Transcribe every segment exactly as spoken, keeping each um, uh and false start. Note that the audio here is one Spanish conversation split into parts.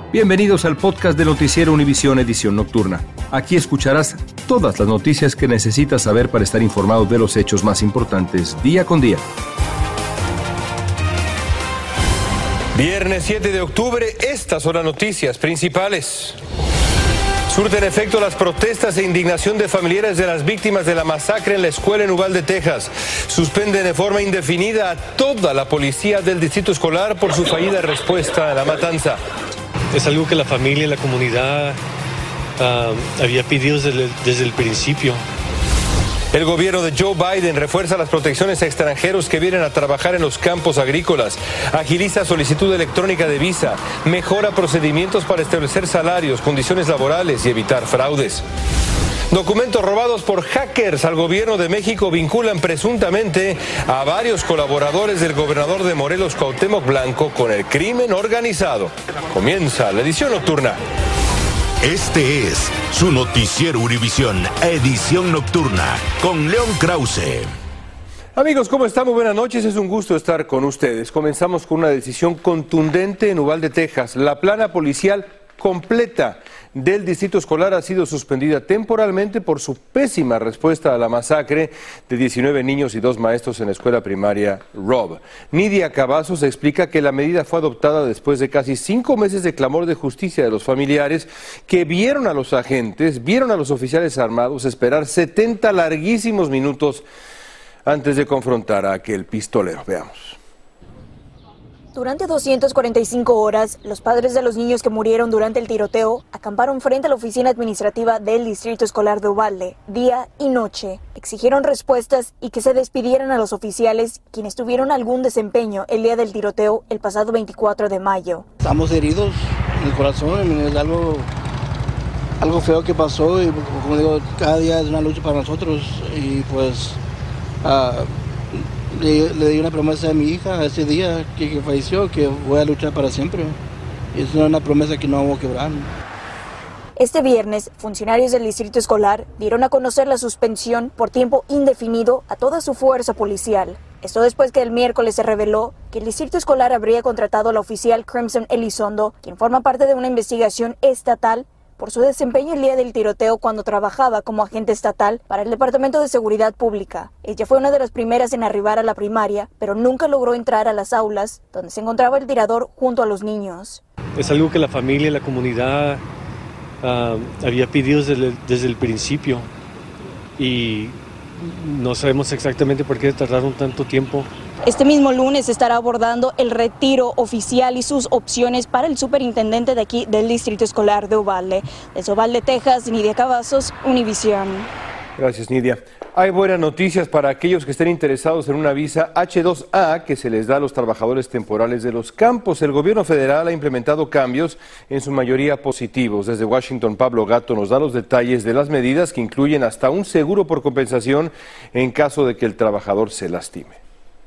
Bienvenidos al podcast de Noticiero Univisión Edición Nocturna. Aquí escucharás todas las noticias que necesitas saber para estar informado de los hechos más importantes día con día. Viernes siete de octubre, estas son las noticias principales. Surten efecto las protestas e indignación de familiares de las víctimas de la masacre en la escuela en Uvalde, Texas. Suspenden de forma indefinida a toda la policía del distrito escolar por su fallida respuesta a la matanza. Es algo que la familia y la comunidad uh, había pedido desde el, desde el principio. El gobierno de Joe Biden refuerza las protecciones a extranjeros que vienen a trabajar en los campos agrícolas, agiliza solicitud electrónica de visa, mejora procedimientos para establecer salarios, condiciones laborales y evitar fraudes. Documentos robados por hackers al gobierno de México vinculan presuntamente a varios colaboradores del gobernador de Morelos, Cuauhtémoc Blanco, con el crimen organizado. Comienza la edición nocturna. Este es su noticiero Univisión, edición nocturna, con León Krause. Amigos, ¿cómo están? Muy buenas noches, es un gusto estar con ustedes. Comenzamos con una decisión contundente en Uvalde, Texas. La plana policial completa del distrito escolar ha sido suspendida temporalmente por su pésima respuesta a la masacre de diecinueve niños y dos maestros en la escuela primaria Robb. Nidia Cavazos explica que la medida fue adoptada después de casi cinco meses de clamor de justicia de los familiares que vieron a los agentes, vieron a los oficiales armados esperar setenta larguísimos minutos antes de confrontar a aquel pistolero. Veamos. Durante doscientas cuarenta y cinco horas, los padres de los niños que murieron durante el tiroteo acamparon frente a la oficina administrativa del Distrito Escolar de Uvalde, día y noche. Exigieron respuestas y que se despidieran a los oficiales quienes tuvieron algún desempeño el día del tiroteo el pasado veinticuatro de mayo. Estamos heridos en el corazón, es algo, algo feo que pasó y como digo, cada día es una lucha para nosotros y pues... Uh, Le, le di una promesa a mi hija ese día que, que falleció, que voy a luchar para siempre. Es una promesa que no vamos a quebrar. Este viernes, funcionarios del distrito escolar dieron a conocer la suspensión por tiempo indefinido a toda su fuerza policial. Esto después que el miércoles se reveló que el distrito escolar habría contratado a la oficial Crimson Elizondo, quien forma parte de una investigación estatal por su desempeño el día del tiroteo cuando trabajaba como agente estatal para el Departamento de Seguridad Pública. Ella fue una de las primeras en arribar a la primaria, pero nunca logró entrar a las aulas donde se encontraba el tirador junto a los niños. Es algo que la familia y la comunidad uh, había pedido desde el, desde el principio y no sabemos exactamente por qué tardaron tanto tiempo. Este mismo lunes estará abordando el retiro oficial y sus opciones para el superintendente de aquí del Distrito Escolar de Uvalde. Desde Uvalde, Texas, Nidia Cavazos, Univisión. Gracias, Nidia. Hay buenas noticias para aquellos que estén interesados en una visa hache dos A que se les da a los trabajadores temporales de los campos. El gobierno federal ha implementado cambios, en su mayoría positivos. Desde Washington, Pablo Gato nos da los detalles de las medidas que incluyen hasta un seguro por compensación en caso de que el trabajador se lastime.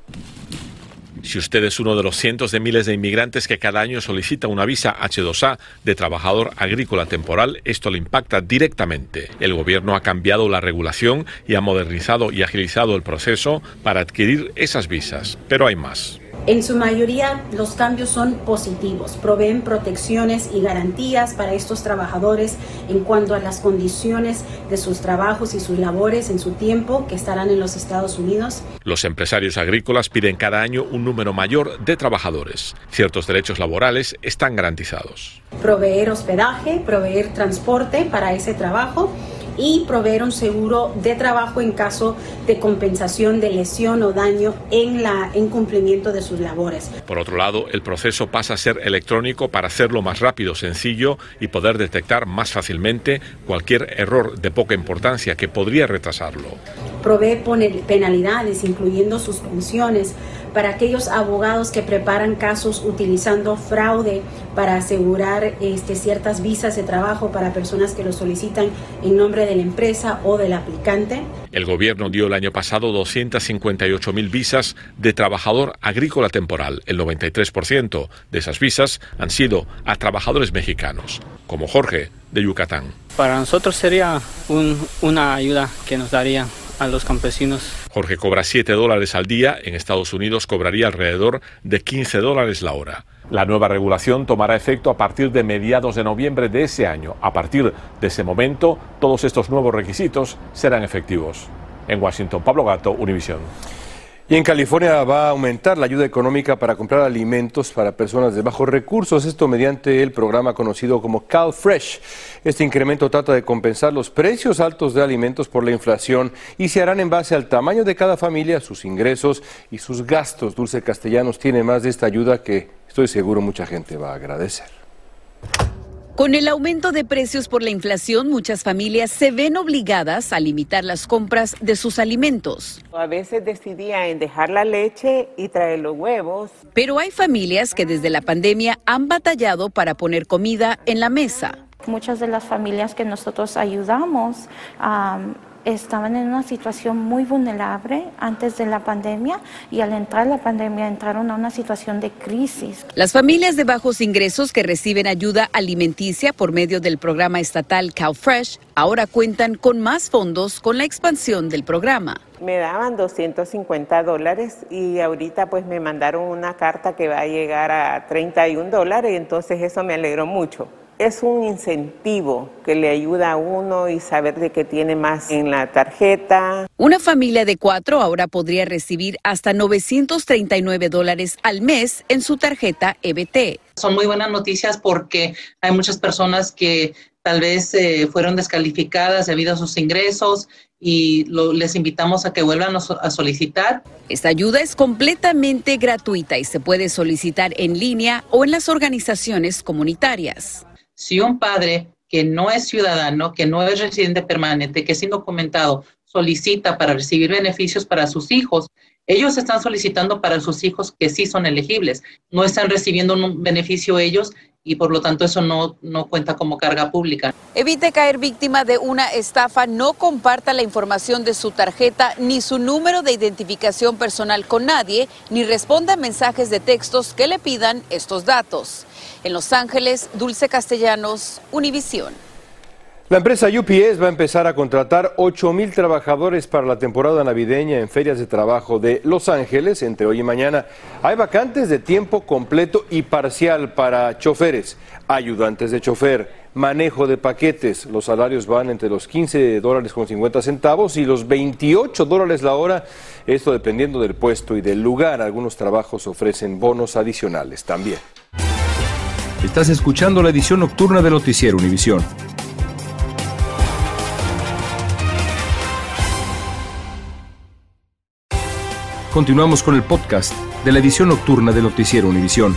Si usted es uno de los cientos de miles de inmigrantes que cada año solicita una visa hache dos A de trabajador agrícola temporal, esto le impacta directamente. El gobierno ha cambiado la regulación y ha modernizado y agilizado el proceso para adquirir esas visas, pero hay más. En su mayoría, los cambios son positivos, proveen protecciones y garantías para estos trabajadores en cuanto a las condiciones de sus trabajos y sus labores en su tiempo que estarán en los Estados Unidos. Los empresarios agrícolas piden cada año un número mayor de trabajadores. Ciertos derechos laborales están garantizados. Proveer hospedaje, proveer transporte para ese trabajo y proveer un seguro de trabajo en caso de compensación de lesión o daño en la en cumplimiento de sus labores. Por otro lado, el proceso pasa a ser electrónico para hacerlo más rápido, sencillo y poder detectar más fácilmente cualquier error de poca importancia que podría retrasarlo. Provee penalidades, incluyendo suspensiones, para aquellos abogados que preparan casos utilizando fraude para asegurar este, ciertas visas de trabajo para personas que lo solicitan en nombre de la empresa o del aplicante. El gobierno dio el año pasado doscientas cincuenta y ocho mil visas de trabajador agrícola temporal. El noventa y tres por ciento de esas visas han sido a trabajadores mexicanos, como Jorge de Yucatán. Para nosotros sería un, una ayuda que nos daría a los campesinos. Jorge cobra siete dólares al día. En Estados Unidos cobraría alrededor de quince dólares la hora. La nueva regulación tomará efecto a partir de mediados de noviembre de ese año. A partir de ese momento, todos estos nuevos requisitos serán efectivos. En Washington, Pablo Gato, Univisión. Y en California va a aumentar la ayuda económica para comprar alimentos para personas de bajos recursos, esto mediante el programa conocido como CalFresh. Este incremento trata de compensar los precios altos de alimentos por la inflación y se harán en base al tamaño de cada familia, sus ingresos y sus gastos. Dulce Castellanos tiene más de esta ayuda que estoy seguro mucha gente va a agradecer. Con el aumento de precios por la inflación, muchas familias se ven obligadas a limitar las compras de sus alimentos. A veces decidía en dejar la leche y traer los huevos. Pero hay familias que desde la pandemia han batallado para poner comida en la mesa. Muchas de las familias que nosotros ayudamos um, estaban en una situación muy vulnerable antes de la pandemia y al entrar la pandemia entraron a una situación de crisis. Las familias de bajos ingresos que reciben ayuda alimenticia por medio del programa estatal CalFresh ahora cuentan con más fondos con la expansión del programa. Me daban doscientos cincuenta dólares y ahorita pues me mandaron una carta que va a llegar a treinta y un dólares, entonces eso me alegró mucho. Es un incentivo que le ayuda a uno y saber de que tiene más en la tarjeta. Una familia de cuatro ahora podría recibir hasta novecientos treinta y nueve dólares al mes en su tarjeta E B T. Son muy buenas noticias porque hay muchas personas que tal vez eh, fueron descalificadas debido a sus ingresos y lo, les invitamos a que vuelvan a, a solicitar. Esta ayuda es completamente gratuita y se puede solicitar en línea o en las organizaciones comunitarias. Si un padre que no es ciudadano, que no es residente permanente, que es indocumentado, solicita para recibir beneficios para sus hijos, ellos están solicitando para sus hijos que sí son elegibles. No están recibiendo un beneficio ellos y por lo tanto eso no, no cuenta como carga pública. Evite caer víctima de una estafa, no comparta la información de su tarjeta ni su número de identificación personal con nadie, ni responda a mensajes de textos que le pidan estos datos. En Los Ángeles, Dulce Castellanos, Univisión. La empresa U P S va a empezar a contratar ocho mil trabajadores para la temporada navideña en ferias de trabajo de Los Ángeles entre hoy y mañana. Hay vacantes de tiempo completo y parcial para choferes, ayudantes de chofer, manejo de paquetes. Los salarios van entre los quince dólares con cincuenta centavos y los veintiocho dólares la hora, esto dependiendo del puesto y del lugar. Algunos trabajos ofrecen bonos adicionales también. Estás escuchando la edición nocturna de Noticiero Univisión. Continuamos con el podcast de la edición nocturna de Noticiero Univisión.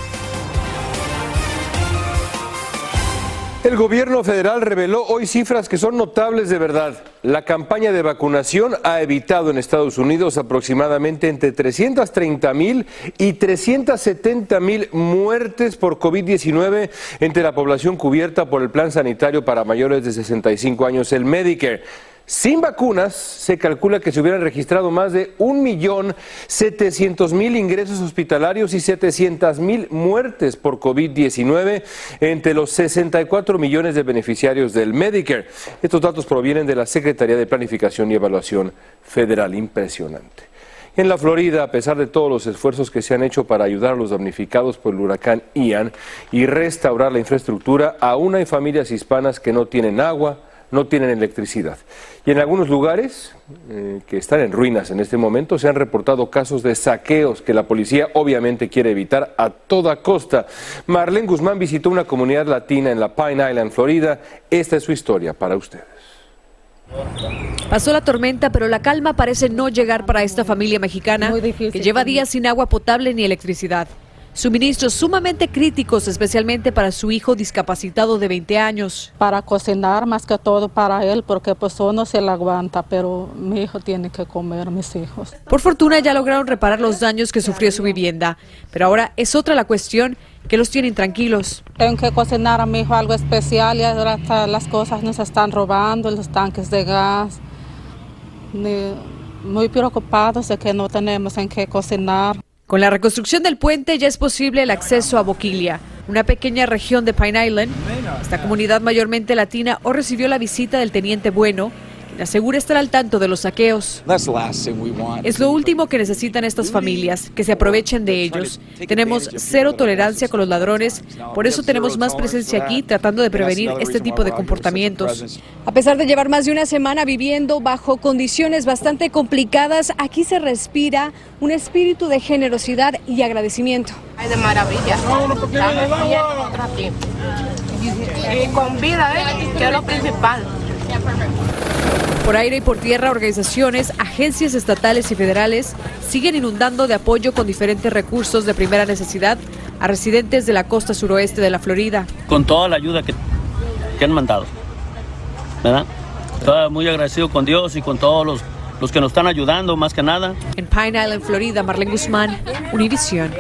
El gobierno federal reveló hoy cifras que son notables de verdad. La campaña de vacunación ha evitado en Estados Unidos aproximadamente entre trescientos treinta mil y trescientos setenta mil muertes por COVID diecinueve entre la población cubierta por el plan sanitario para mayores de sesenta y cinco años, el Medicare. Sin vacunas, se calcula que se hubieran registrado más de un millón setecientos mil ingresos hospitalarios y setecientas mil muertes por COVID diecinueve entre los sesenta y cuatro millones de beneficiarios del Medicare. Estos datos provienen de la Secretaría de Planificación y Evaluación Federal. Impresionante. En la Florida, a pesar de todos los esfuerzos que se han hecho para ayudar a los damnificados por el huracán Ian y restaurar la infraestructura, aún hay familias hispanas que no tienen agua, no tienen electricidad. Y en algunos lugares eh, que están en ruinas en este momento se han reportado casos de saqueos que la policía obviamente quiere evitar a toda costa. Marlene Guzmán visitó una comunidad latina en la Pine Island, Florida. Esta es su historia para ustedes. Pasó la tormenta, pero la calma parece no llegar para esta familia mexicana que lleva días sin agua potable ni electricidad. Suministros sumamente críticos, especialmente para su hijo discapacitado de veinte años. Para cocinar, más que todo para él, porque pues uno se la aguanta, pero mi hijo tiene que comer, mis hijos. Por fortuna ya lograron reparar los daños que sufrió su vivienda, pero ahora es otra la cuestión que los tiene intranquilos. Tengo que cocinar a mi hijo algo especial y ahora las cosas nos están robando, los tanques de gas. Muy preocupados de que no tenemos en qué cocinar. Con la reconstrucción del puente ya es posible el acceso a Boquilia, una pequeña región de Pine Island. Esta comunidad mayormente latina hoy recibió la visita del teniente Bueno, quien Le asegura estar al tanto de los saqueos. Es lo último que necesitan estas familias, que se aprovechen de ellos. Tenemos cero tolerancia con los ladrones, por eso tenemos más presencia aquí tratando de prevenir este tipo de comportamientos. A pesar de llevar más de una semana viviendo bajo condiciones bastante complicadas, aquí se respira un espíritu de generosidad y agradecimiento. Ay, de maravilla. Estamos bien nosotros aquí. Y con vida, ¿eh? Que es lo principal. Por aire y por tierra, organizaciones, agencias estatales y federales siguen inundando de apoyo con diferentes recursos de primera necesidad a residentes de la costa suroeste de la Florida. Con toda la ayuda que, que han mandado, ¿verdad? Estoy muy agradecido con Dios y con todos los, los que nos están ayudando, más que nada. En Pine Island, Florida, Marlene Guzmán, Univisión.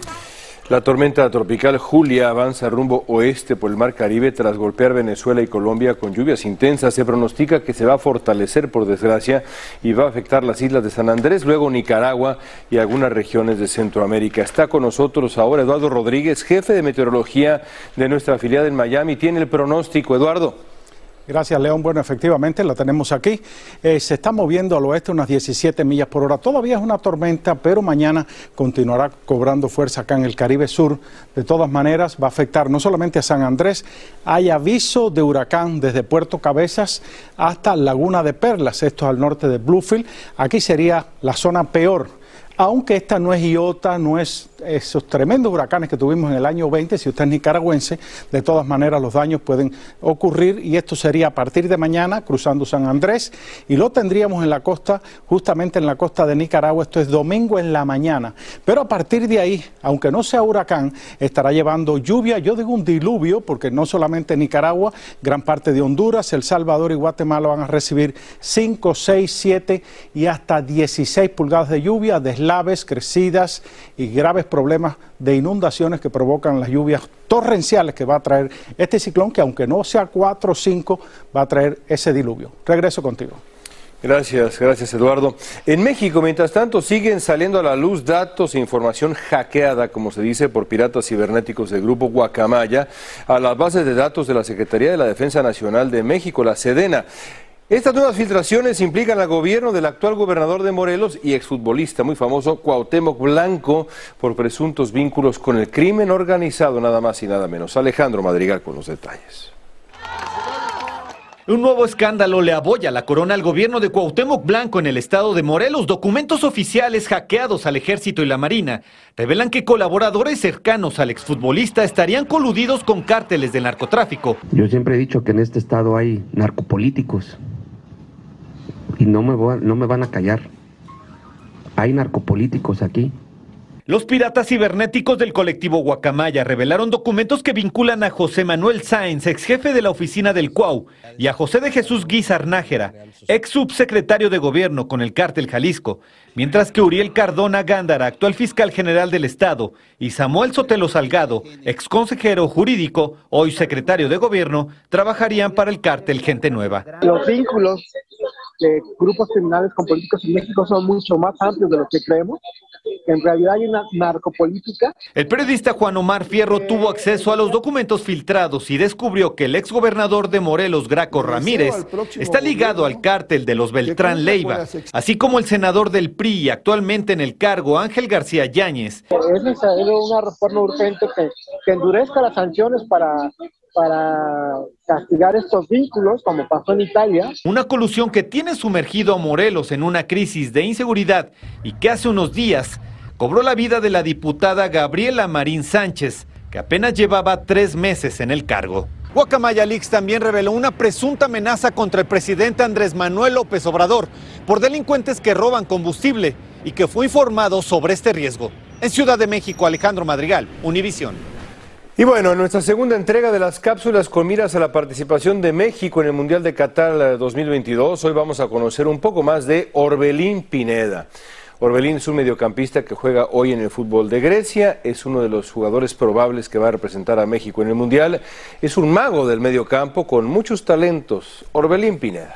La tormenta tropical Julia avanza rumbo oeste por el Mar Caribe tras golpear Venezuela y Colombia con lluvias intensas. Se pronostica que se va a fortalecer, por desgracia, y va a afectar las islas de San Andrés, luego Nicaragua y algunas regiones de Centroamérica. Está con nosotros ahora Eduardo Rodríguez, jefe de meteorología de nuestra afiliada en Miami. Tiene el pronóstico, Eduardo. Gracias, León. Bueno, efectivamente la tenemos aquí. Eh, se está moviendo al oeste unas diecisiete millas por hora. Todavía es una tormenta, pero mañana continuará cobrando fuerza acá en el Caribe Sur. De todas maneras, va a afectar no solamente a San Andrés. Hay aviso de huracán desde Puerto Cabezas hasta Laguna de Perlas. Esto es al norte de Bluefield. Aquí sería la zona peor. Aunque esta no es Iota, no es esos tremendos huracanes que tuvimos en el año veinte, si usted es nicaragüense, de todas maneras los daños pueden ocurrir y esto sería a partir de mañana cruzando San Andrés y lo tendríamos en la costa, justamente en la costa de Nicaragua, esto es domingo en la mañana. Pero a partir de ahí, aunque no sea huracán, estará llevando lluvia, yo digo un diluvio, porque no solamente Nicaragua, gran parte de Honduras, El Salvador y Guatemala van a recibir cinco, seis, siete y hasta dieciséis pulgadas de lluvia, deslaves, crecidas y graves problemas de inundaciones que provocan las lluvias torrenciales que va a traer este ciclón, que aunque no sea cuatro o cinco, va a traer ese diluvio. Regreso contigo. Gracias, gracias Eduardo. En México, mientras tanto, siguen saliendo a la luz datos e información hackeada, como se dice, por piratas cibernéticos del grupo Guacamaya, a las bases de datos de la Secretaría de la Defensa Nacional de México, la Sedena. Estas nuevas filtraciones implican al gobierno del actual gobernador de Morelos y exfutbolista muy famoso Cuauhtémoc Blanco por presuntos vínculos con el crimen organizado, nada más y nada menos. Alejandro Madrigal con los detalles. Un nuevo escándalo le abolla la corona al gobierno de Cuauhtémoc Blanco en el estado de Morelos. Documentos oficiales hackeados al ejército y la marina revelan que colaboradores cercanos al exfutbolista estarían coludidos con cárteles del narcotráfico. Yo siempre he dicho que en este estado hay narcopolíticos y no me, voy, no me van a callar. Hay narcopolíticos aquí. Los piratas cibernéticos del colectivo Guacamaya revelaron documentos que vinculan a José Manuel Sáenz, ex jefe de la oficina del Cuau, y a José de Jesús Guizar Nájera, ex subsecretario de gobierno con el cártel Jalisco, mientras que Uriel Cardona Gándara, actual fiscal general del estado, y Samuel Sotelo Salgado, ex consejero jurídico, hoy secretario de gobierno, trabajarían para el cártel Gente Nueva. Los vínculos de grupos criminales con políticos en México son mucho más amplios de lo que creemos. En realidad hay una narcopolítica. El periodista Juan Omar Fierro tuvo acceso a los documentos filtrados y descubrió que el exgobernador de Morelos, Graco Ramírez, está ligado al cártel de los Beltrán Leiva, así como el senador del P R I y actualmente en el cargo, Ángel García Yáñez. Es necesario una reforma urgente que, que endurezca las sanciones para... para castigar estos vínculos, como pasó en Italia. Una colusión que tiene sumergido a Morelos en una crisis de inseguridad y que hace unos días cobró la vida de la diputada Gabriela Marín Sánchez, que apenas llevaba tres meses en el cargo. Guacamaya Leaks también reveló una presunta amenaza contra el presidente Andrés Manuel López Obrador por delincuentes que roban combustible y que fue informado sobre este riesgo. En Ciudad de México, Alejandro Madrigal, Univisión. Y bueno, en nuestra segunda entrega de las cápsulas con miras a la participación de México en el Mundial de Qatar dos mil veintidós, hoy vamos a conocer un poco más de Orbelín Pineda. Orbelín es un mediocampista que juega hoy en el fútbol de Grecia, es uno de los jugadores probables que va a representar a México en el Mundial, es un mago del mediocampo con muchos talentos. Orbelín Pineda.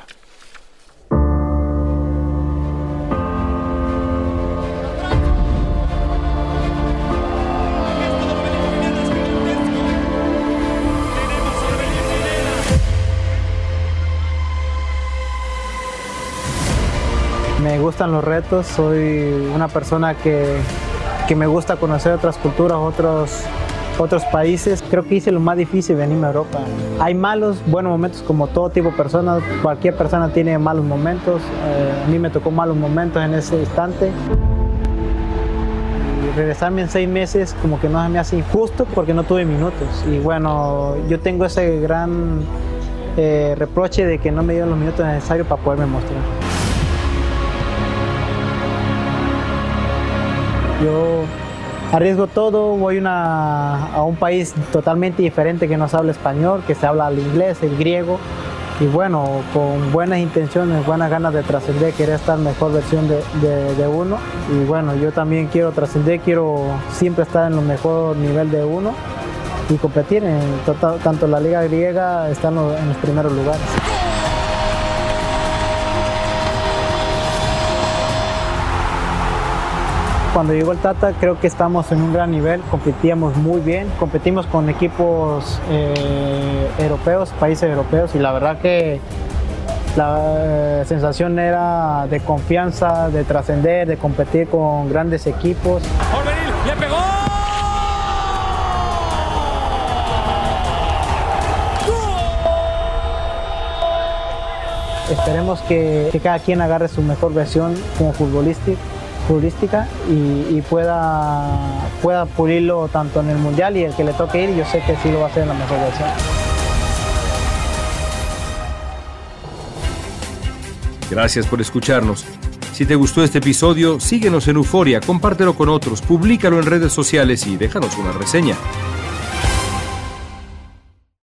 gustan los retos, soy una persona que, que me gusta conocer otras culturas, otros, otros países. Creo que hice lo más difícil, venirme a Europa. Hay malos, buenos momentos como todo tipo de personas, cualquier persona tiene malos momentos, eh, a mí me tocó malos momentos en ese instante. Y regresarme en seis meses como que no se me hace injusto porque no tuve minutos. Y bueno, yo tengo ese gran eh, reproche de que no me dieron los minutos necesarios para poderme mostrar. Yo arriesgo todo, voy una, a un país totalmente diferente que no se habla español, que se habla el inglés, el griego, y bueno, con buenas intenciones, buenas ganas de trascender, querer estar en mejor versión de, de, de uno, y bueno, yo también quiero trascender, quiero siempre estar en lo mejor nivel de uno y competir en total, tanto la liga griega está en, lo, en los primeros lugares. Cuando llegó el Tata creo que estamos en un gran nivel, competíamos muy bien, competimos con equipos eh, europeos, países europeos, y la verdad que la eh, sensación era de confianza, de trascender, de competir con grandes equipos. Orbelín, ¡le pegó! Esperemos que, que cada quien agarre su mejor versión como futbolista. futbolística y, y pueda, pueda pulirlo tanto en el Mundial y el que le toque ir, yo sé que sí lo va a hacer en la mejor versión. Gracias por escucharnos. Si te gustó este episodio, síguenos en Euforia, compártelo con otros, públicalo en redes sociales y déjanos una reseña.